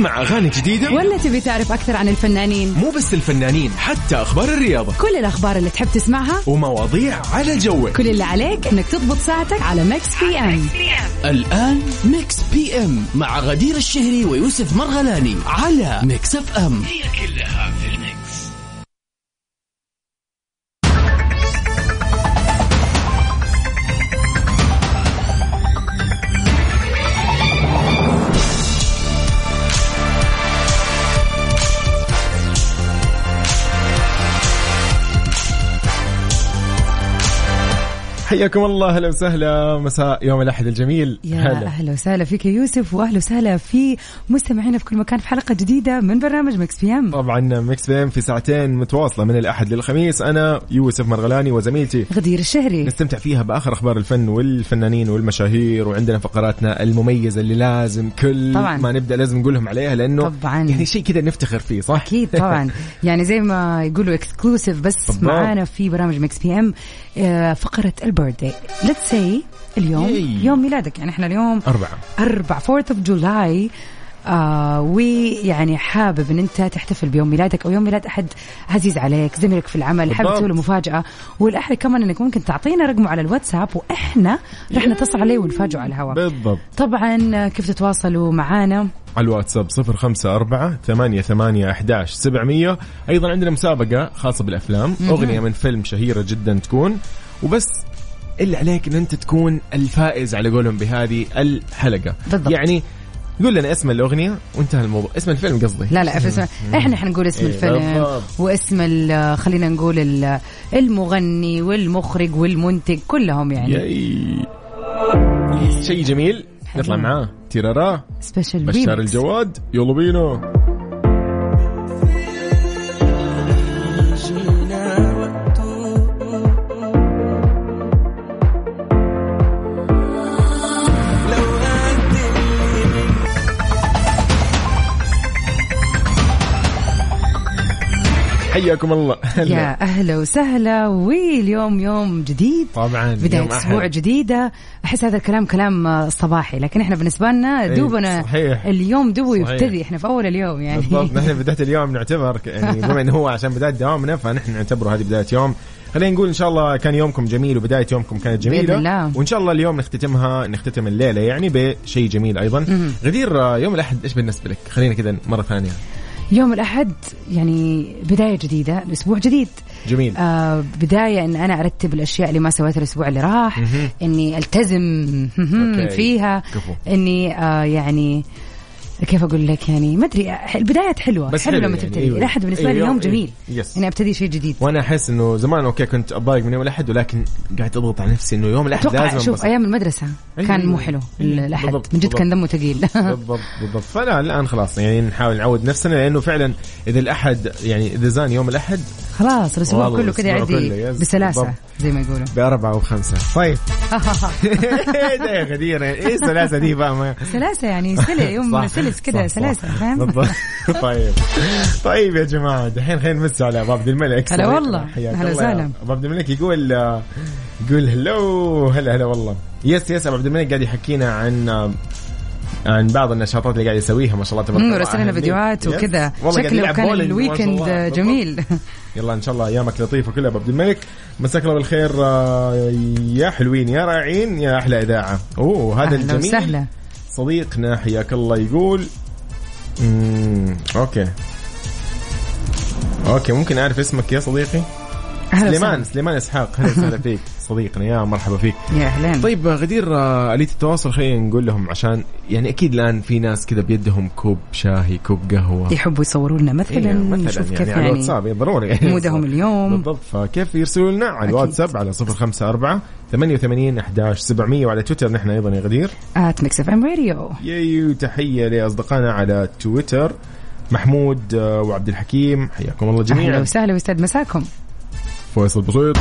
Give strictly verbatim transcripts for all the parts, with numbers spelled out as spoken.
تسمع أغاني جديدة ولا تبي تعرف أكثر عن الفنانين؟ مو بس الفنانين، حتى أخبار الرياضة، كل الأخبار اللي تحب تسمعها ومواضيع على الجو. كل اللي عليك إنك تضبط ساعتك على ميكس بي ام. الآن ميكس بي ام مع غدير الشهري ويوسف مرغلاني على ميكس اف ام. هي كلها في الميكس. حياكم الله، اهلا وسهلا، مساء يوم الاحد الجميل. يا هلا. اهلا وسهلا فيك يوسف، واهلا وسهلا في مستمعينا في كل مكان في حلقه جديده من برنامج ميكس بي ام. طبعا ميكس بي ام في ساعتين متواصله من الاحد للخميس، انا يوسف مرغلاني وزميلتي غدير الشهري، نستمتع فيها باخر اخبار الفن والفنانين والمشاهير، وعندنا فقراتنا المميزه اللي لازم كل طبعاً. ما نبدا لازم نقولهم عليها، لانه طبعاً. يعني شيء كذا نفتخر فيه، صح؟ اكيد طبعا. يعني زي ما يقولوا اكسكلوسيف بس معانا في برامج ميكس بي ام فقره البيرثدي. let's say اليوم يي. يوم ميلادك، يعني احنا اليوم أربعة أربعة فورث of جولاي، آه ويعني حابب ان انت تحتفل بيوم ميلادك او يوم ميلاد احد عزيز عليك، زميلك في العمل، حابب تسوي له مفاجاه، والاحلى كمان انك ممكن تعطينا رقمه على الواتساب واحنا رح نتصل عليه ونفاجئه على الهواء. بالضبط. طبعا كيف تتواصلوا معانا؟ على الواتساب صفر خمسة أربعة ثمانية ثمانية أحداش سبعمية. أيضا عندنا مسابقة خاصة بالأفلام، أغنية من فيلم شهيرة جدا تكون، وبس اللي عليك ان انت تكون الفائز على قولهم بهذه الحلقة. بالضبط. يعني قول لنا اسم الأغنية وانتهى الموضوع. اسم الفيلم قصدي. لا لا اسم. احنا حنقول اسم الفيلم واسم خلينا نقول المغني والمخرج والمنتج كلهم، يعني شيء جميل. نطلع معاه تيرارا سبيشال بشار الجواد. يلا بينا. حياكم الله. يا أهلا وسهلا. واليوم يوم جديد طبعا، بداية أسبوع جديدة. أحس هذا الكلام كلام صباحي، لكن إحنا بالنسبة لنا دوبنا صحيح. اليوم دوب يبتدي، إحنا في أول اليوم يعني. بالضبط. نحن بداية اليوم نعتبر يعني بما إنه هو عشان بداية دوامنا، فنحن نعتبره هذه بداية يوم. خلينا نقول إن شاء الله كان يومكم جميل وبداية يومكم كانت جميلة، وإن شاء الله اليوم نختتمها نختتم الليلة يعني بشيء جميل أيضا. غدير، يوم الأحد إيش بالنسبة لك؟ خلينا كذا مرة ثانية. يوم الأحد يعني بداية جديدة، الأسبوع جديد جميل. آه بداية إن أنا أرتب الأشياء اللي ما سويتها الأسبوع اللي راح، م-م. إني ألتزم فيها، كفو. إني آه يعني كيف أقول لك، يعني ما أدري، البدايات حلوة بس حلو لما يعني تبتدي. أيوة. الأحد بالنسبة لي أيوة. يوم جميل أيوة. إني أبتدي شيء جديد. وأنا أحس إنه زمان أوكي كنت أضايق من يوم الأحد، ولكن قاعد أضغط على نفسي إنه يوم الأحد لازم. شوف بس. أيام المدرسة أيوة. كان مو حلو الأحد، بالضبط. من جد كان دمه ثقيل. بالضبط بالضبط. فلا الآن خلاص يعني نحاول نعود نفسنا، لأنه فعلا إذا الأحد يعني إذا زان يوم الأحد خلاص الأسبوع كله كده يعدي بسلاسة زي ما يقولوا، بأربعة وخمسة. طيب ده يا غدير إيه السلاسة دي بقى؟ سلاسة يعني سلة يوم سلس كده سلاسة، فاهم؟ طيب طيب يا جماعة دحين خلينا نمسوا على أبو عبد الملك. هلا والله. هلا وسهلا. أبو عبد الملك يقول يقول هلو. هلا هلا والله. يس يس أبو عبد الملك قاعد يحكينا عن عن بعض النشاطات اللي قاعد يسويها ما شاء الله تبارك الله. رسل لنا فيديوهات وكذا، شكله كان الويكند جميل. يلا إن شاء الله أيامك لطيفة كلها أبو عبد الملك. مساك الله بالخير يا حلوين يا رائعين يا أحلى إذاعة. أوه هذا الجميل وسهلا. صديقنا حياك الله يقول مم. أوكي أوكي ممكن أعرف اسمك يا صديقي؟ سليمان. سليمان إسحاق. هلا وسهلا فيك صديقنا، يا مرحبا فيك. يا أهلين. طيب غدير، آلية التواصل خلينا نقول لهم، عشان يعني أكيد الآن في ناس كذا بيدهم كوب شاهي كوب قهوة يحبوا يصوروا لنا مثلا, إيه مثلاً نشوف يعني كيف يعني, يعني الواتساب ضروري يعني مودهم اليوم. بالضبط. فكيف يرسلوا لنا على الواتساب على صفر خمسة أربعة ثمانية ثمانية أحداش سبعمية، وعلى تويتر نحن أيضا يا غدير آت ميكس إف إم راديو. يايو تحية لأصدقائنا على تويتر محمود وعبد الحكيم، حياكم الله جميعا. أهلا وسهلا ويسعد مساكم. فيصل بسيط.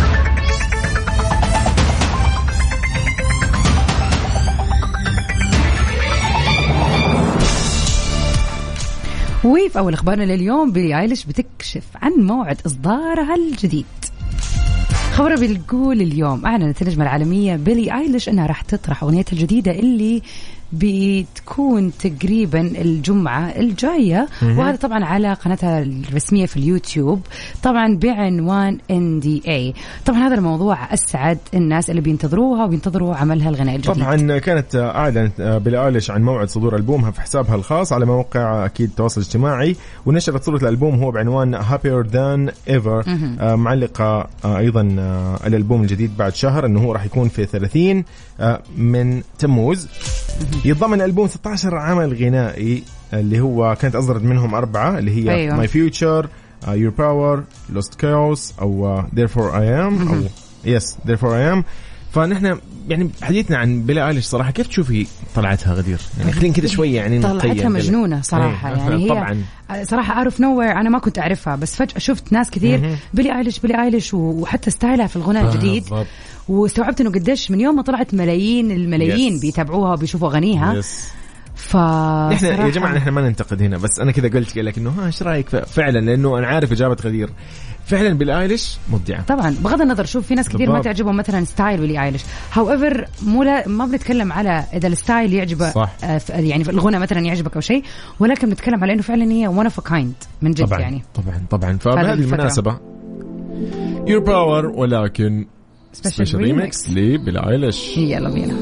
وفي أول أخبارنا لليوم بيلي آيليش بتكشف عن موعد إصدارها الجديد. خبر بيقول اليوم أعلنت النجمة العالمية بيلي آيليش أنها راح تطرح أغنيتها الجديدة اللي بتكون تقريبا الجمعة الجاية، وهذا طبعا على قناتها الرسمية في اليوتيوب طبعا بعنوان إن دي إيه. طبعا هذا الموضوع أسعد الناس اللي بينتظروها وبينتظروا عملها الغنائي الجديد. طبعا كانت أعلنت بيلي ايليش عن موعد صدور ألبومها في حسابها الخاص على موقع أكيد التواصل الاجتماعي، ونشرت صورة الألبوم هو بعنوان Happier Than Ever، آه معلقة آه أيضا آه الألبوم الجديد بعد شهر أنه هو راح يكون في ثلاثين آه من تموز. يتضمن الألبوم ستة عشر عمل غنائي اللي هو كانت أصدرت منهم أربعة اللي هي أيوة. My Future, uh, Your Power, Lost Chaos أو uh, Therefore I Am أو Yes Therefore I Am. فنحن يعني حديثنا عن بيلي ايليش صراحه كيف تشوفي طلعتها غدير؟ يعني خلينا كده شويه يعني طلعتها مجنونه صراحه ايه. يعني هي طبعا صراحه اعرف نوير انا ما كنت اعرفها، بس فجاه شفت ناس كثير بيلي ايليش بيلي ايليش وحتى ستايلها في الغناء الجديد آه واستوعبت انه قديش من يوم ما طلعت ملايين الملايين yes. بيتابعوها وبيشوفوا اغانيها yes. ف احنا يا جماعه احنا ما ننتقد هنا، بس انا كذا قلت لك انه ها ايش رايك فعلا، لانه انا عارف اجابه غدير فعلا بيلي ايليش مبدعه طبعا بغض النظر. شوف في ناس كثير بالضبط. ما تعجبهم مثلا ستايل بيلي ايليش، هاويفر مو لا ما بنتكلم على اذا الستايل يعجبه آه يعني في الغنى مثلا يعجبك او شيء، ولكن بنتكلم على انه فعلا هي one of a kind من جد طبعا. يعني طبعا طبعا فبهذه المناسبه Your Power ولكن سبيشال ريميكس لبيلي ايليش. يلا بينا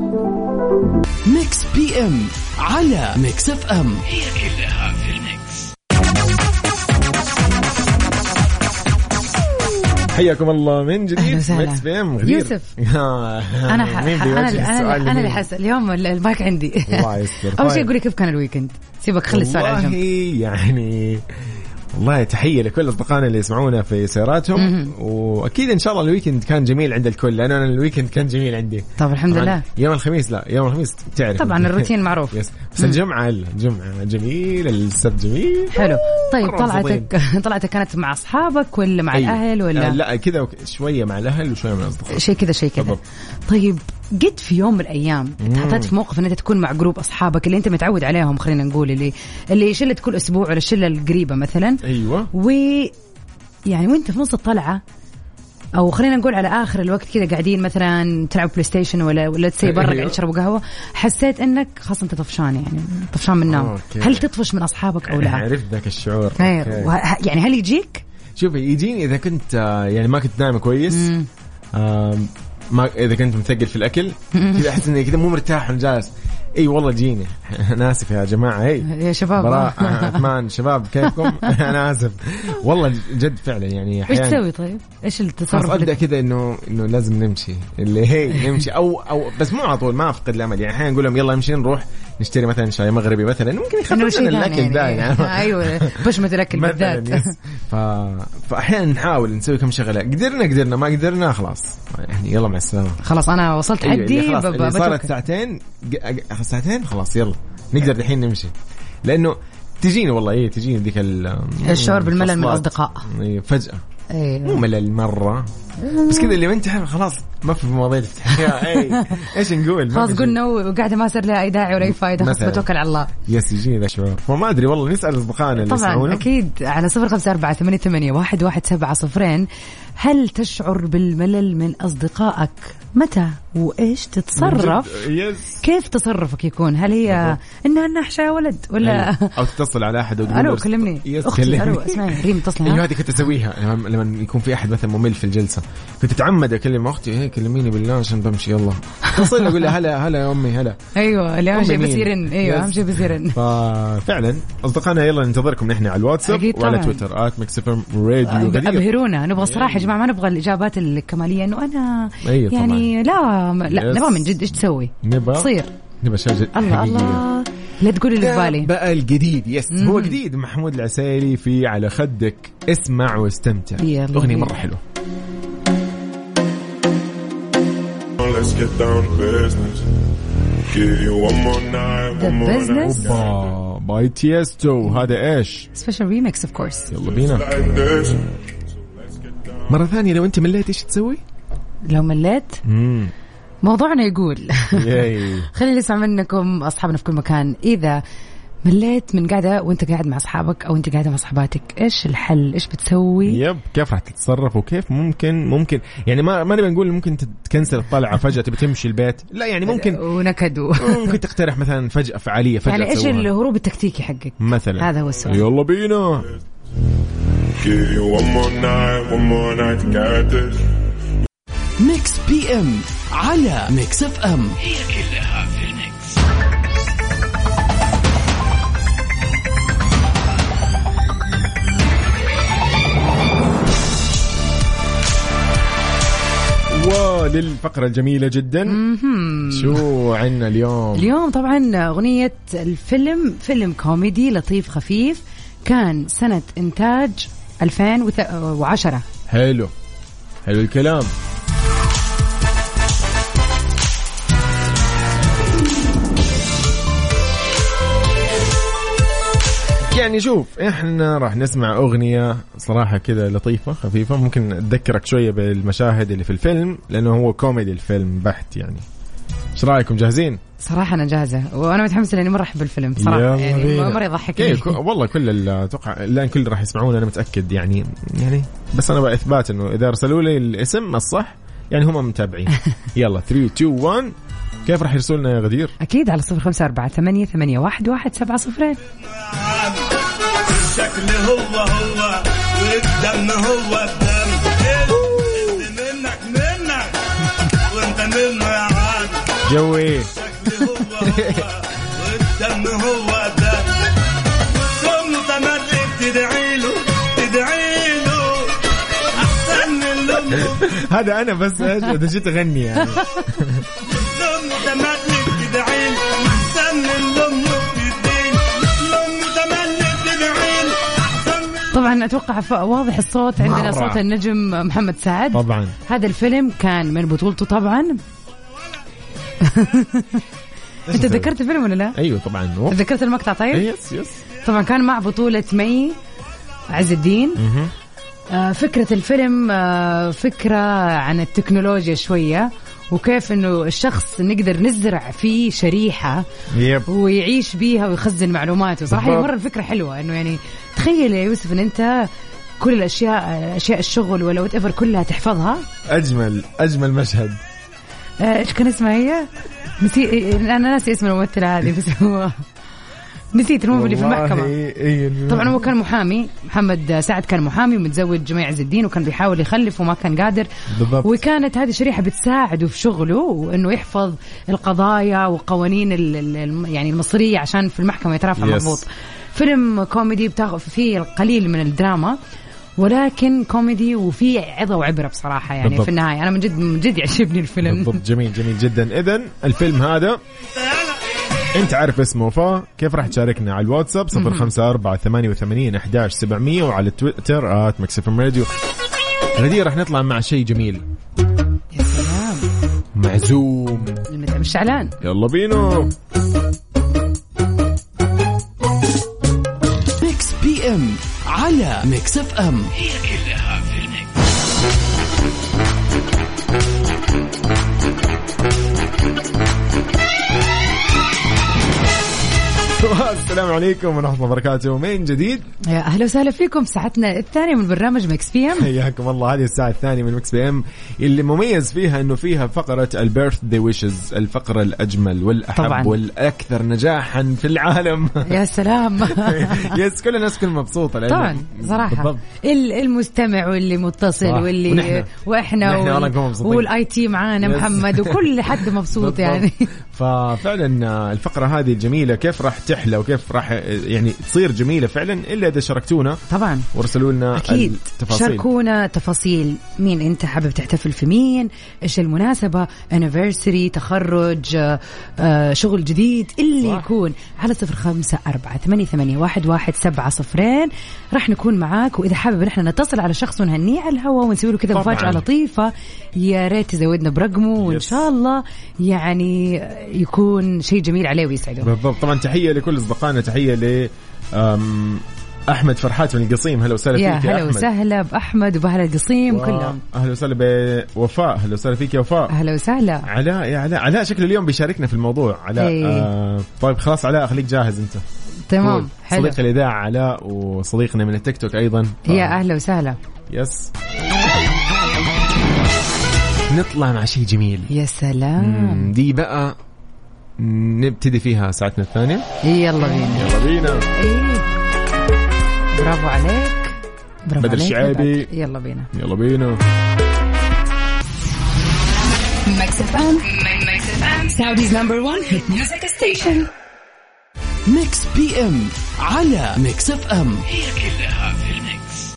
ميكس بي ام على ميكس اف ام، هي كلها في الميكس. حياكم الله من جديد ميكس بي ام. يوسف انا ح... انا انا انا اللي حاسه اليوم المايك عندي. الله يستر. اول شيء قولي كيف كان الويكند، سيبك خلي السؤال على جنب. يعني والله تحية لكل أصدقائنا اللي يسمعونا في سياراتهم، وأكيد إن شاء الله الويكند كان جميل عند الكل، لأن أنا الويكند كان جميل عندي. طب الحمد لله. يوم الخميس لا يوم الخميس تعرف طبعا الروتين معروف. يس. بس الجمعة الجمعة جميل، السبت جميل. حلو. طيب طلعتك طلعتك كانت مع أصحابك ولا مع أيه. الأهل ولا؟ آه لا كذا شوية مع الأهل وشوية مع الأصدقاء. شيء كذا شيء كذا. طيب قد في يوم من الأيام تحطيت في موقف إن أنت تكون مع جروب أصحابك اللي أنت متعود عليهم، خلينا نقول اللي اللي شلة كل أسبوع ولا الشلة القريبة مثلا. أيوة. و يعني وأنت في نص الطلعة أو خلينا نقول على آخر الوقت كذا قاعدين مثلا تلعب بلاي ستيشن ولا ولا تسي برا قاعد تشربوا قهوة، حسيت إنك خلاص أنت طفشان يعني طفشان من النوم. هل تطفش من أصحابك أو لا؟ عرفت ذاك الشعور. يعني هل يجيك؟ شوفي يجيني إذا كنت يعني ما كنت نايم كويس، ما إذا كنت مثقل في الأكل كذا أحس إني كذا مو مرتاح وجالس. اي والله جيني انا اسف يا جماعه. هي يا شباب براء عثمان شباب كيفكم؟ انا اسف والله جد فعلا يعني ايش تسوي؟ طيب ايش التصرف؟ ابدا كذا انه انه لازم نمشي اللي هي نمشي او او بس مو على طول ما افقد الامل يعني. احيانا نقول لهم يلا نمشي نروح نشتري مثلا شاي مغربي مثلا، ممكن يخفف لنا الاكل ده يعني. ايوه بشمة الاكل بالذات. ف... فاحيانا نحاول نسوي كم شغله، قدرنا قدرنا ما قدرنا خلاص يعني يلا مع السلامه. خلاص انا وصلت حدي. أيوة صارت ساعتين ساعتين خلاص يلا نقدر الحين نمشي، لأنه تجيني والله إيه تجيني ذيك الشعور بالملل من الأصدقاء. إيه فجأة. أيوة. مو ملل مرة بس كذا اللي ما انت خلاص ما في مواضيع تفتحها. اي ايش نقول؟ خلاص قلنا وقاعده ما صار لها اي داعي ولا اي فائده، خلاص بتوكل على الله. يس يجيني ذا شعور. فما ادري والله نسال اصدقائنا اللي يسمعونا. طبعا اكيد على صفر خمسة أربعة ثمانية ثمانية واحد واحد سبعة صفرين. هل تشعر بالملل من اصدقائك؟ متى وايش تتصرف؟ يس. كيف تصرفك يكون؟ هل هي انها نحشه يا ولد ولا او تتصل على احد وتقول الو كلمني اختي الو اسمعي ريم اتصلي. ايوه هذه كنت اسويها لما لما يكون في احد مثلا ممل في الجلسه، كنت اتعمد اكلم اختي هي كلميني بالله عشان بمشي يلا اتصل اقول لها هلا هلا يا امي هلا. ايوه اللي اهم شيء بصيرن. ايوه اهم شيء بصيرن. ففعلا اصدقائنا يلا ننتظركم نحن على الواتساب وعلى تويتر آت ميكس اف ام راديو. ابهرونا نبغى الصراحه يا جماعه ما نبغى الاجابات الكماليه انه انا يعني لا لا نبغى من جد ايش تسوي؟ نبغى تصير نبغى شاجر الله الله لا تقولي اللي في بالي بقى الجديد. يس مم. هو جديد محمود العسيلي في على خدك، اسمع واستمتع. اغنيه مره حلوه. Let's get down to business. Give you one more night, one more night. اوبا باي تيستو. هذا ايش؟ سبيشال ريميكس اوف كورس. يلا بينا مره ثانيه. لو انت مليت ايش تسوي؟ لو مليت امم موضوعنا يقول خلينا نسمع منكم أصحابنا في كل مكان. إذا مليت من قاعدة وانت قاعد مع أصحابك أو انت قاعدة مع صحباتك، إيش الحل؟ إيش بتسوي؟ يب كيف راح تتصرف وكيف ممكن ممكن يعني ما ما نبي نقول ممكن تكنسل الطلعة فجأة تبي تمشي البيت، لا يعني ممكن ونكدوا ممكن تقترح مثلا فجأة فعالية فجأة يعني إيش الهروب التكتيكي حقك مثلا؟ هذا هو السؤال. يلا بينا. ميكس بي ام على ميكس اف ام، هي كلها في الميكس. وللفقرة الجميلة جدا شو عنا اليوم؟ اليوم طبعا أغنية الفيلم، فيلم كوميدي لطيف خفيف، كان سنة إنتاج ألفين وعشرة. حلو حلو الكلام. يعني شوف احنا راح نسمع اغنية صراحة كذا لطيفة خفيفة، ممكن تذكرك شوية بالمشاهد اللي في الفيلم لانه هو كوميدي الفيلم بحت. يعني ايش رايكم؟ جاهزين؟ صراحة أنا جاهزة وأنا متحمسة لأني مرة أحب الفيلم صراحة، يعني مرة يضحكني والله. كل أتوقع الآن كل راح يسمعون أنا متأكد يعني يعني بس أنا بإثبات إنه إذا أرسلوا لي الاسم الصح يعني هم متابعين. يلا ثلاثة اثنين واحد. كيف راح يرسلنا يا غدير؟ أكيد على صفر خمسة أربعة ثمانية ثمانية واحد واحد سبعة صفرين. الشكل هو هو والدم هو الدم، منك منك وانت منه يا عم جوي. والدم هو الدم، ثم تملك تدعيله تدعيله أحسن من لأمه. هذا أنا بس إذا جيت أغني يعني. ثم تملك تدعيله أحسن من لأمه. طبعا أتوقع واضح الصوت عندنا مرة. صوت النجم محمد سعد. طبعا هذا الفيلم كان من بطولته طبعا. أنت ذكرت الفيلم ولا لا؟ أيوة طبعا. ذكرت المقطع طيب؟ يس يس. طبعا كان مع بطولة مي عز الدين. آه فكرة الفيلم آه فكرة عن التكنولوجيا شوية، وكيف انه الشخص نقدر نزرع فيه شريحة يب. ويعيش بيها ويخزن معلوماته. صراحة هي مرة الفكرة حلوة، انه يعني تخيل يا يوسف ان انت كل الاشياء اشياء الشغل ولا وات ايفر كلها تحفظها. اجمل اجمل مشهد ايش كان اسمها هي؟ نسي انا ناسي اسم الممثلة هذه بس هو نسيت المهم اللي في المحكمة. إيه طبعا هو كان محامي، محمد سعد كان محامي ومتزوج مي عز الدين وكان بيحاول يخلف وما كان قادر بالضبط. وكانت هذه الشريحة بتساعده في شغله وإنه يحفظ القضايا وقوانين يعني المصرية عشان في المحكمة يترافع مضبوط. فيلم كوميدي بتاخذ فيه القليل من الدراما ولكن كوميدي وفيه عظة وعبرة بصراحة يعني بالضبط. في النهاية أنا من جد من جد يعجبني الفيلم بالضبط. جميل جميل جدا. إذن الفيلم هذا انت عارف اسمه وفاء، كيف راح تشاركنا على الواتساب صفر خمسة أربعة ثمانية وثمانين أحد عشر سبعمية وعلى التويتر آت ميكس اف ام راديو. غدير راح نطلع مع شيء جميل. يا سلام معزوم المدعم الشعلان. يلا بينا. ميكس بي ام على ميكس اف ام، هي كلها في الميكس. السلام عليكم ورحمة الله وبركاته من جديد. يا أهلا وسهلا فيكم ساعتنا الثانية من برنامج ميكس بي ام. حياكم الله. هذه الساعة الثانية من ميكس بي ام اللي مميز فيها إنه فيها فقرة البيرث داي ويشز، الفقرة الأجمل والأحب طبعاً. والأكثر نجاحا في العالم. يا سلام. يس كل الناس كل مبسوطة طبعا صراحة بالضبط. المستمع واللي متصل صح. واللي ونحن. وإحنا وال... والآي تي معانا محمد وكل حد مبسوط يعني. ففعلا الفقرة هذه الجميلة كيف راح تحلى وكيف راح يعني تصير جميلة فعلا إلا إذا شاركتونا طبعا وارسلوا لنا أكيد التفاصيل. شاركونا تفاصيل مين أنت حابب تحتفل في مين، إيش المناسبة، anniversary، تخرج، آه، شغل جديد اللي صح. يكون على صفر خمسة أربعة ثمانية ثمانية واحد واحد سبعة صفرين راح نكون معاك. وإذا حابب نحن نتصل على شخص ونهنيه على الهواء ونسوي له كذا مفاجأة لطيفة يا ريت تزودنا برقمه وإن شاء الله يعني يكون شيء جميل عليه ويسعده. بالضبط. طبعا تحية لكل أصدقائنا، تحية ل أحمد فرحات من القصيم. هلا وسهلا فيك يا هلا وسهلا بأحمد وبأهل القصيم و... كلهم. أهلا وسهلا بوفاء. هلا وسهلا فيك يا وفاء. أهلا وسهلا. علاء يا علاء. علاء شكله اليوم بيشاركنا في الموضوع. علاء آه طيب خلاص علاء خليك جاهز أنت. تمام حلو. صديق الإذاعة علاء وصديقنا من التيك توك أيضا ف... يا أهلا وسهلا. يس نطلع مع شيء جميل. يا سلام. دي بقى نبتدي فيها ساعتنا الثانية. يلا بينا يلا بينا. إيه. برافو عليك برافو بدر الشعيبي. يلا بينا يلا بينا. ميكس اف ام ميكس اف ام سعوديز نمبر واحد هيت ميوزك ستيشن. ميكس بي ام على ميكس اف ام. هي كلها في الميكس.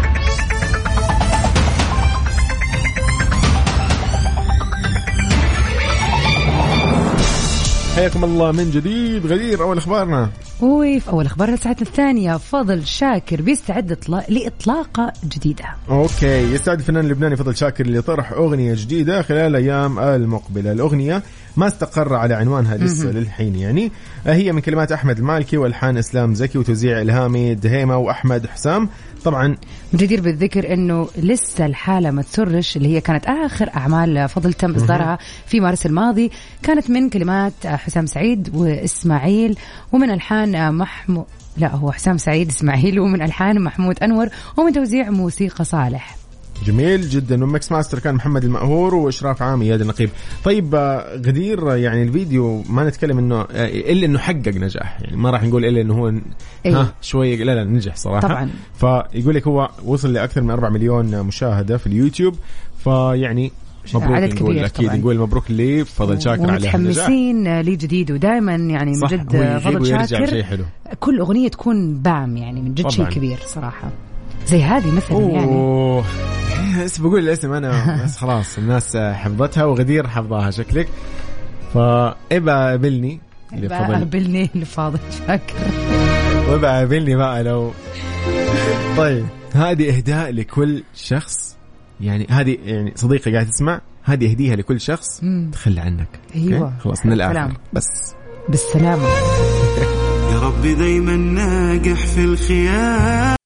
حياكم الله من جديد. غدير أول أخبارنا. وفي أول أخبارنا ساعتنا الثانية فضل شاكر بيستعد لإطلاقة جديدة. أوكي يستعد الفنان اللبناني فضل شاكر لطرح أغنية جديدة خلال الأيام المقبلة. الأغنية ما استقر على عنوانها لسه للحين يعني. هي من كلمات أحمد المالكي والحان إسلام زكي وتوزيع إلهامي دهيمة وأحمد حسام. طبعا جدير بالذكر أنه لسه الحالة ما تسرش اللي هي كانت آخر أعمال فضل تم إصدارها في مارس الماضي، كانت من كلمات حسام سعيد وإسماعيل ومن ألحان محمود لا هو حسام سعيد إسماعيل ومن ألحان محمود أنور ومن توزيع موسيقى صالح. جميل جدا. ومكس ماستر كان محمد المأهور وإشراف عام إياد النقيب. طيب غدير يعني الفيديو ما نتكلم إنه إلا إنه حقق نجاح يعني ما راح نقول إلا إنه هو أيه. ها شوي لا لا نجح صراحة طبعا. فيقول لك هو وصل لأكثر من أربعة مليون مشاهدة في اليوتيوب فيعني مبروك عدد نقول كبير أكيد طبعاً. نقول مبروك لي فضل شاكر على النجاح. ومتحمسين لي جديد ودائما يعني من جد فضل شاكر كل أغنية تكون بام يعني من جد شيء كبير صراحة زي هذه مثلا يعني. بس بقول الاسم أنا بس خلاص الناس حفظتها وغدير حفظها شكلك فإبا قابلني إبا قابلني لفاضل شاكر وإبا قابلني بقى لو. طيب هذه إهداء لكل شخص يعني هذه يعني صديقة قاعد تسمع هذه هديها لكل شخص مم. تخلى عنك. أيوة خلاص من الآخر بس بالسلامة. يا ربي دايما ناجح في الخيال.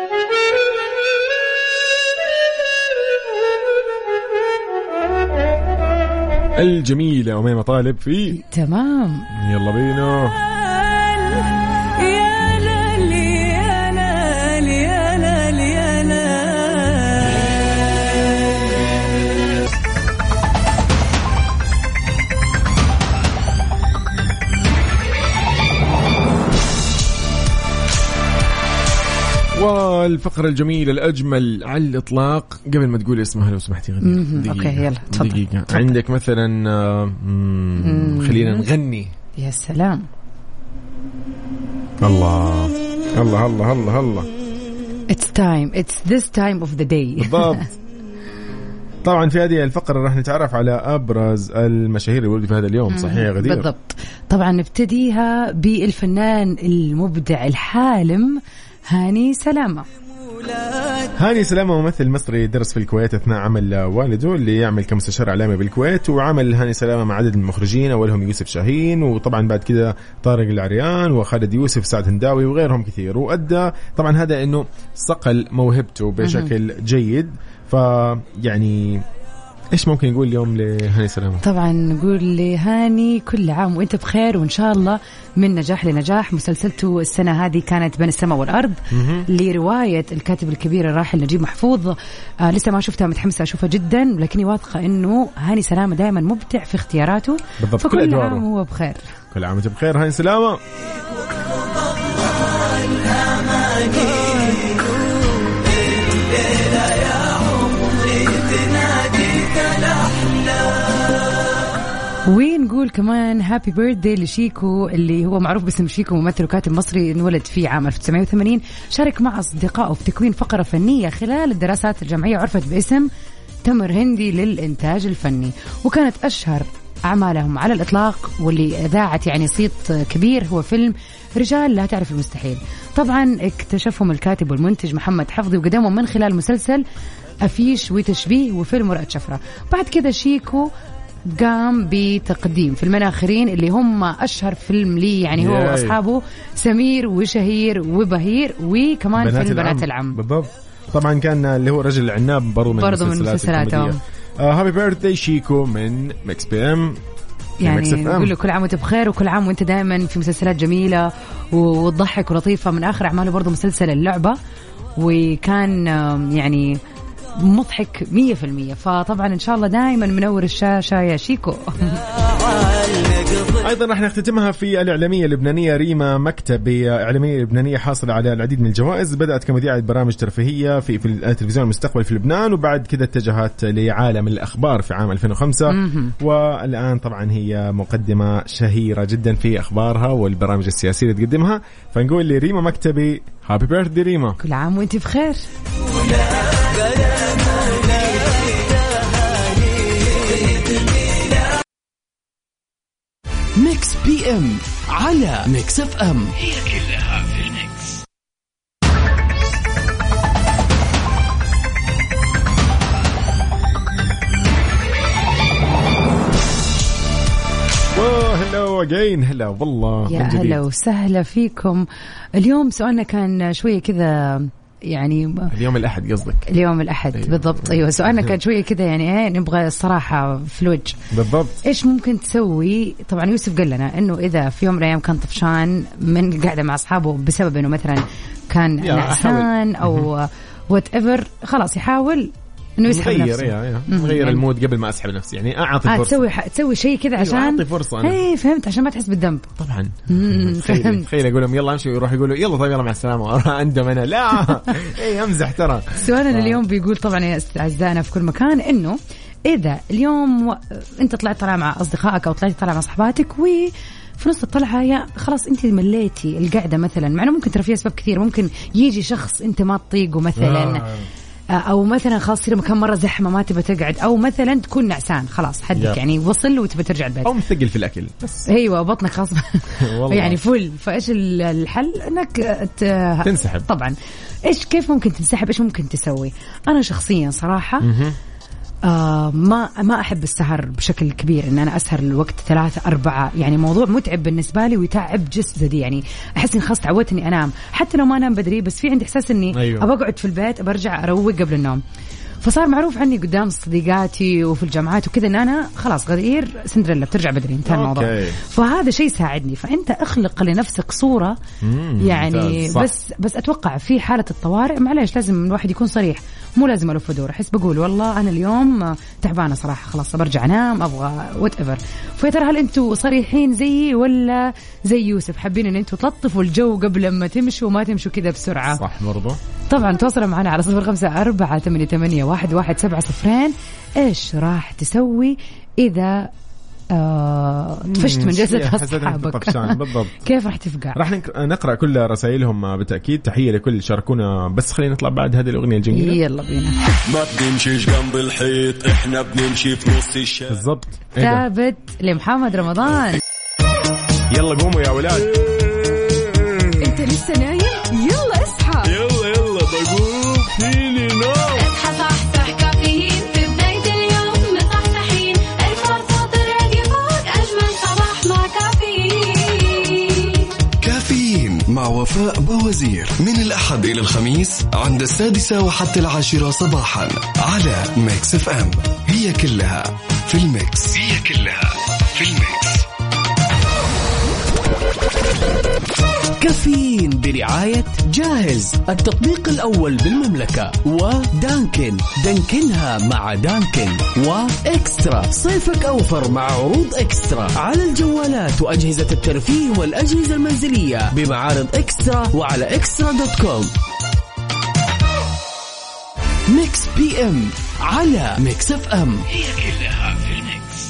الجميلة أميمة طالب في تمام. يلا بينا. والفقرة الجميلة الأجمل على الإطلاق قبل ما تقول اسمها لو سمحتي غدير. أوكي يلا تفضل. دقيقة تفضل. عندك مثلا خلينا نغني. يا سلام. الله الله الله الله الله. It's time. It's this time of the day. بالضبط. طبعا في هذه الفقرة راح نتعرف على أبرز المشاهير اللي ولدوا في هذا اليوم. صحيح يا غدير؟ بالضبط. طبعا نبتديها بالفنان المبدع الحالم هاني سلامة. هاني سلامة ممثل مصري درس في الكويت أثناء عمل والده اللي يعمل كمستشار إعلامي بالكويت. وعمل هاني سلامة مع عدد من المخرجين أولهم يوسف شاهين وطبعا بعد كده طارق العريان وخالد يوسف سعد هنداوي وغيرهم كثير. وأدى طبعا هذا إنه صقل موهبته بشكل جيد. فيعني إيش ممكن نقول اليوم لهاني سلامة؟ طبعا نقول لهاني كل عام وإنت بخير وإن شاء الله من نجاح لنجاح. مسلسلته السنة هذه كانت بين السماء والأرض لرواية الكاتب الكبير الراحل نجيب محفوظ. آه لسه ما شفتها متحمسة أشوفها جدا لكني واثقة إنه هاني سلامة دائما مبدع في اختياراته. بالضبط. فكل كل عام هو بخير. كل عام وإنت بخير هاني سلامة. ونقول كمان هابي بيرثدي لشيكو اللي هو معروف باسم شيكو ممثل وكاتب مصري انولد في عام ألف وتسعمائة وثمانين. شارك مع أصدقائه في تكوين فقرة فنية خلال الدراسات الجامعية عرفت باسم تمر هندي للإنتاج الفني. وكانت أشهر أعمالهم على الإطلاق واللي ذاعت يعني صيت كبير هو فيلم رجال لا تعرف المستحيل. طبعا اكتشفهم الكاتب والمنتج محمد حفظي وقدمهم من خلال مسلسل أفيش وتشبيه وفيلم ورقة شفرة. بعد كده شيكو قام بتقديم فيلمين آخرين اللي هم أشهر فيلم لي يعني هو وأصحابه سمير وشهير وبهير وكمان بنات فيلم العم. بنات العم. بالضبط. طبعا كان اللي هو رجل العناب برضو من برضو من مسلسلاتهم. هابي بيرثدي شيكو من ميكس بي ام. يعني نقول له كل عام وانت بخير، وكل عام وانت دائما في مسلسلات جميلة وتضحك ولطيفة. من آخر أعماله برضو مسلسل اللعبة، وكان يعني مضحك مية في المية. فطبعا إن شاء الله دائما منور الشاشة يا شيكو. أيضا راح نختتمها في الإعلامية اللبنانية ريما مكتبي، إعلامية لبنانية حاصلة على العديد من الجوائز. بدأت كمذيعة برامج ترفيهية في في التلفزيون المستقبل في لبنان، وبعد كده اتجهت لعالم الأخبار في عام ألفين وخمسة، والآن طبعا هي مقدمة شهيرة جدا في أخبارها والبرامج السياسية اللي تقدمها. فنقول لريما مكتبي هابي بيرثدي ريما، كل عام وانت بخير. ميكس بي ام على ميكس اف ام، هي كلها في الميكس. هلو اجين، هلا والله يا هلا وسهلا فيكم. اليوم سؤالنا كان شوية كذا يعني اليوم الأحد قصدك؟ اليوم الأحد أيوة. بالضبط أيوة. سؤالنا كان شوية كذا يعني إيه، نبغى الصراحة في الوجه بالضبط. إيش ممكن تسوي؟ طبعا يوسف قال لنا إنه إذا في يوم من الأيام كان طفشان من قاعدة مع أصحابه بسبب إنه مثلا كان نعسان أو وات إيفر، خلاص يحاول إنه يسحب نفسه، يا غير المود قبل ما أسحب نفسي، يعني أعطي فرصة. تسوي ح... تسوي شيء كذا عشان أعطي فرصة أنا. إيه فهمت، عشان ما تحس بالذنب. طبعا فهمت. تخيل أقول لهم يلا أمشي، ويروح يقولوا يلا طيب يلا مع السلامة، وأروح أندم أنا. لا إيه أمزح ترى. سؤالنا اليوم بيقول طبعا يا أعزائنا في كل مكان، إنه إذا اليوم و... أنت طلعت طلع مع أصدقائك أو طلعت طلع مع صحباتك، و في نص الطلعة يا خلاص أنت مليتي القعدة مثلا، مع إنه ممكن ترى فيها أسباب كثير، ممكن يجي شخص أنت ما تطيقه مثلا آه. أو مثلا خلاص تصير مكان مرة زحمة ما تبى تقعد، أو مثلا تكون نعسان خلاص حدك يعني وصل وتبى ترجع البيت، أو مثقل في الأكل بس أيوة بطنك خلاص يعني فل. فإيش الحل؟ إنك تنسحب. طبعا إيش كيف ممكن تنسحب؟ إيش ممكن تسوي؟ أنا شخصيا صراحة آه ما ما أحب السهر بشكل كبير، إن أنا أسهر الوقت ثلاثة أربعة، يعني موضوع متعب بالنسبة لي ويتعب جسدي، يعني أحس إن خلاص تعودت إني أنام حتى لو ما أنام بدري، بس في عندي إحساس إني أيوة. أبى أقعد في البيت برجع أروق قبل النوم. فصار معروف عني قدام صديقاتي وفي الجامعات وكذا إن أنا خلاص غدير سندريلا بترجع بدري، انتهى الموضوع. فهذا شيء ساعدني. فأنت اخلق لنفسك صورة يعني صح. بس بس أتوقع في حالة الطوارئ معليش لازم الواحد يكون صريح، مو لازم ألف ودور. أحس بقول والله أنا اليوم تعبانة صراحة خلاص برجع أنام أبغى وات ايفر. فيا ترى هل أنتوا صريحين زيي ولا زي يوسف حابين إن أنتوا تلطفوا الجو قبل ما تمشوا وما تمشوا كذا بسرعة؟ صح برضو. طبعا تواصلوا معنا على صفر خمسة أربعة ثمانية ثمانية واحد واحد سبعة صفرين. إيش راح تسوي إذا آه طفشت من جلسة أصحابك؟ بالضبط. كيف راح تفقع؟ راح نقرأ كل رسائلهم بالتأكيد. تحية لكل شاركونا، بس خلينا نطلع بعد هذه الأغنية الجميلة. يلا بينا. ما بنمشيش جنب الحيط، إحنا بنمشي في نص الشارع. بالضبط. ثابت لمحمد رمضان. يلا قوموا يا ولاد. أنت لسه نايم؟ يلا اصحى. يلا يلا بقوم فيني نوم. اصحى صحصح كافيين في بداية اليوم مصحصحين، الفرصة تراقي فوق أجمل صباح مع كافيين. كافيين مع وفاء بوزير من الأحد إلى الخميس عند السادسة وحتى العاشرة صباحا على ميكس اف ام. هي كلها في الميكس. هي كلها في الميكس. كافيين برعاية جاهز التطبيق الأول بالمملكة، ودانكن دانكنها مع دانكن، وإكسترا صيفك أوفر مع عروض إكسترا على الجوالات وأجهزة الترفيه والأجهزة المنزلية بمعارض إكسترا وعلى إكسترا دوت كوم. ميكس بي ام على ميكس اف ام، هي كلها في الميكس.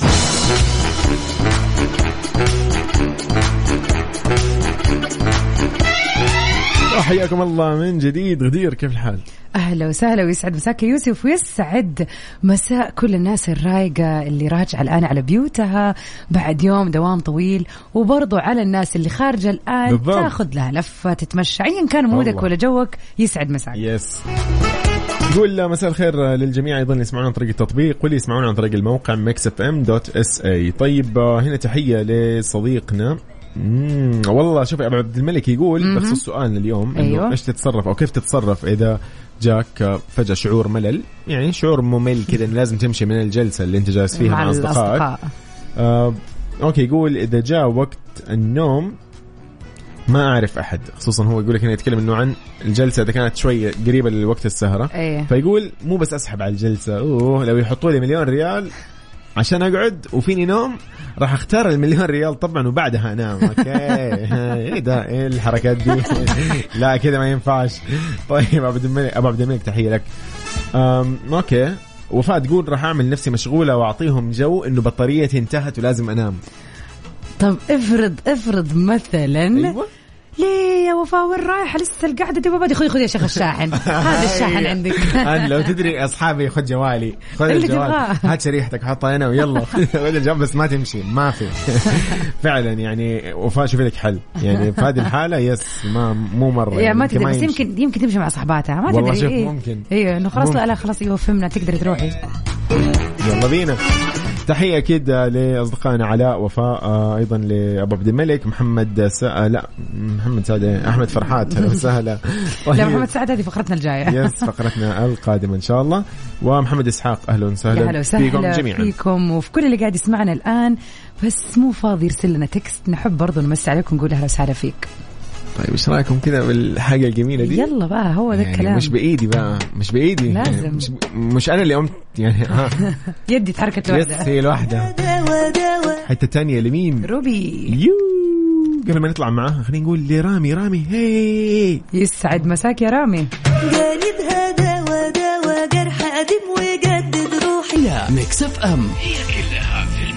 حياكم الله من جديد. غدير كيف الحال؟ أهلا وسهلا ويسعد مساك يوسف، ويسعد مساء كل الناس الرايقة اللي راجعة الآن على بيوتها بعد يوم دوام طويل، وبرضو على الناس اللي خارجة الآن بالضبط. تاخذ لها لفة تتمشى، أيا كان مودك ولا جوك يسعد مساك. يس. نقول مساء الخير للجميع أيضا يسمعون عن طريق التطبيق واللي يسمعون عن طريق الموقع ميكس اف ام دوت اس اي. طيب هنا تحية لصديقنا امم والله شوف ابو عبد الملك يقول بخصوص السؤال اليوم انه أيوة. ايش تتصرف او كيف تتصرف اذا جاك فجأة شعور ملل، يعني شعور ممل كذا انه لازم تمشي من الجلسة اللي انت جالس فيها مع, مع اصدقائك. آه اوكي يقول اذا جاء وقت النوم ما اعرف احد، خصوصا هو يقول لك انه يتكلم انه عن الجلسه اذا كانت شويه قريبه لوقت السهره. أيه. فيقول مو بس اسحب على الجلسه، اوه لو يحطوا لي مليون ريال عشان اقعد وفيني نوم راح اختار المليون ريال طبعا وبعدها انام. اوكي ايه ده ايه الحركات دي؟ لا كذا ما ينفعش. طيب ابو عبد الملك، ابو عبد الملك تحيه لك. أم اوكي وفاء تقول راح اعمل نفسي مشغوله واعطيهم جو انه بطاريتي انتهت ولازم انام. طب افرض افرض مثلا أيوة. ليه يا وفاء وين رايحه لسه القعده دي بابا؟ خذي خذي يا شيخ الشاحن. هذا الشاحن عندك. انا لو تدري اصحابي خذ جوالي، خذ الجوال، هات شريحتك حطها هنا ويلا خذ الجوال بس ما تمشي ما في. فعلا يعني وفاء شوفي لك حل يعني في هذه الحاله. يس ما مو مره يعني ما تدري بس يمكن يمكن تمشي مع صحباتها ما والله تدري. شوف إيه. ممكن ايوه انه خلاص لا لا خلاص ايوه فهمنا تقدري تروحي. يلا بينا. تحية أكيد لأصدقائنا علاء وفاء، أيضا لأبو عبد الملك محمد سا... لا محمد سعد أحمد فرحات هلا وسهلا. لا محمد سعد هذه فقرتنا الجاية. يس فقرتنا القادمة إن شاء الله. ومحمد إسحاق أهلا وسهلا. أهلا وسهلا فيكم جميعا فيكم وفي كل اللي قاعد يسمعنا الآن، بس مو فاضي يرسل لنا تكست نحب برضو نمسي عليكم نقول أهلا وسهلا فيك. طيب ايش رايكم كذا بالحاجه الجميله دي؟ يلا بقى هو ذا يعني الكلام. مش بايدي بقى مش بايدي لازم يعني مش, مش انا اللي قمت يعني ها يدي تحركت لوحدها. يس هي لوحدها. حته تانية لمين؟ روبي. يو قبل ما نطلع معاها خلينا نقول لرامي. رامي هي يسعد مساك يا رامي. قالبها دوا دوا جرح قديم ويجدد روحي. يا ميكس اف ام هي كلها في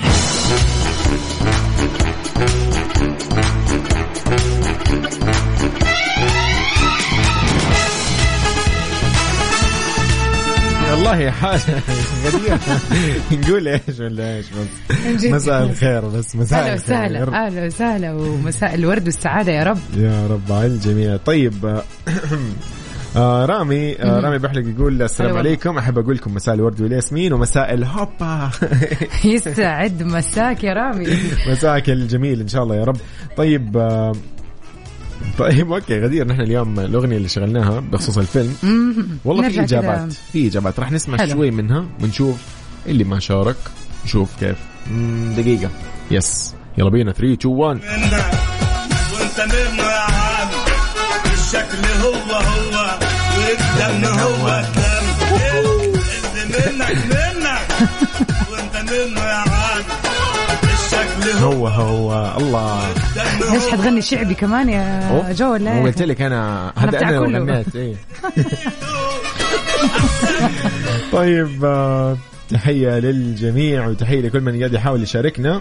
والله حاجة غريبة. نقول ايش ولا ايش بس مساء الخير بس مساء أهلا وسهلا أهلا وسهلا ومساء الورد والسعادة يا رب يا رب على الجميع. طيب آه رامي آه رامي بحلق يقول السلام عليكم، أحب أقول لكم مساء الورد والياسمين ومساء الهوبا. يسعد مساك يا رامي. مساك الجميل إن شاء الله يا رب. طيب آه طيب اوكي غدير، نحن اليوم الاغنيه اللي شغلناها بخصوص الفيلم والله في اجابات في اجابات راح نسمع حلو. شوي منها ونشوف اللي ما شارك نشوف كيف. دقيقه يس يلا بينا ثلاثة اثنين واحد. وانت منه يا عم الشكل هو هو والدم هو الدم اللي منك منك وانت منه يا عم هو هو الله. ايش حتغني شعبي كمان يا جو ولا ايه؟ قلت لك انا هذا انا اللي غنيت ايه. طيب آه تحية للجميع وتحية لكل من قاعد يحاول يشاركنا.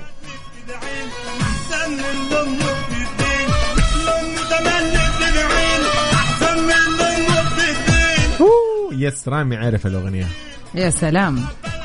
يس رامي عارف الأغنية. يا سلام.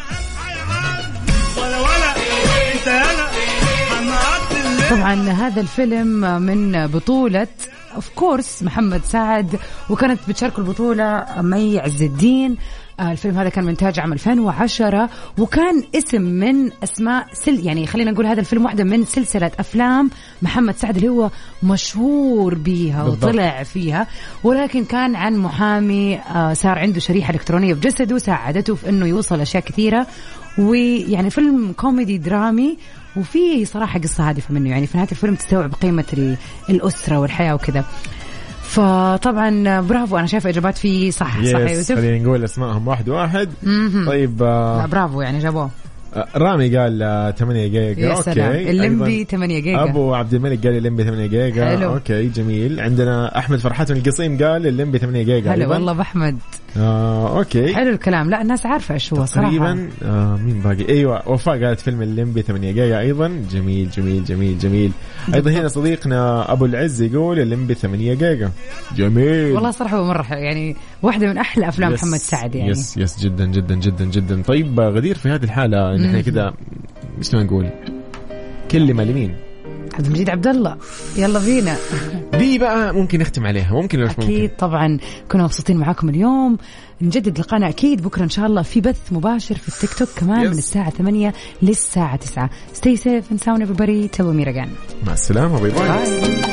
طبعا هذا الفيلم من بطولة اوف كورس محمد سعد، وكانت بتشارك البطولة مي عز الدين. الفيلم هذا كان منتاج عام ألفين وعشرة، وكان اسم من اسماء سل يعني خلينا نقول هذا الفيلم واحدة من سلسلة افلام محمد سعد اللي هو مشهور بيها وطلع فيها، ولكن كان عن محامي صار عنده شريحة الكترونية بجسده ساعدته في انه يوصل اشياء كثيرة، ويعني فيلم كوميدي درامي وفي صراحة قصة هادفة منه، يعني في نهاية الفيلم تستوعب قيمة الأسرة والحياة وكذا. فطبعا برافو، أنا شايفة إجابات فيه صح صح يوسف. خلينا نقول اسمائهم واحد واحد. طيب آه برافو يعني جابوه. رامي قال ثمانية جيجا. يا سلام. الليمبي ثمانية جيجا. أبو عبد الملك قال الليمبي ثمانية جيجا. حلو. أوكي جميل. عندنا أحمد فرحات القصيم قال الليمبي ثمانية جيجا. هلا والله بأحمد. آه أوكي حلو الكلام. لا الناس عارفة إيش هو صراحة تقريبا. آه مين باقي؟ أيوة وفاء قالت فيلم الليمبي ثمانية جيجا أيضا. جميل جميل جميل جميل. أيضا هنا صديقنا أبو العز يقول الليمبي ثمانية جيجا. جميل والله صراحة هو مرة يعني واحدة من أحلى أفلام محمد سعد يعني. يس يس جدا جدا جدا جدا. طيب غدير في هذه الحالة نحن كده مش نقول كلمة لمين؟ عبد المجيد عبد الله. يلا بينا دي بقى ممكن نختم عليها. ممكن ولا أكيد ممكن؟ طبعا كنا مبسوطين معاكم اليوم. نجدد لقانا أكيد بكرة إن شاء الله في بث مباشر في التيك توك كمان yes. من الساعة ثمانية للساعة تسعة. Stay safe and sound everybody. تبو ميرجان. مع السلامة. باي باي.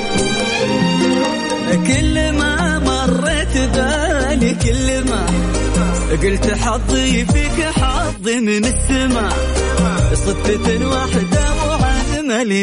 كل ما مرت بالي كل ما قلت حظي فيك حظي من السماء صدفة واحدة وعزم أنا لي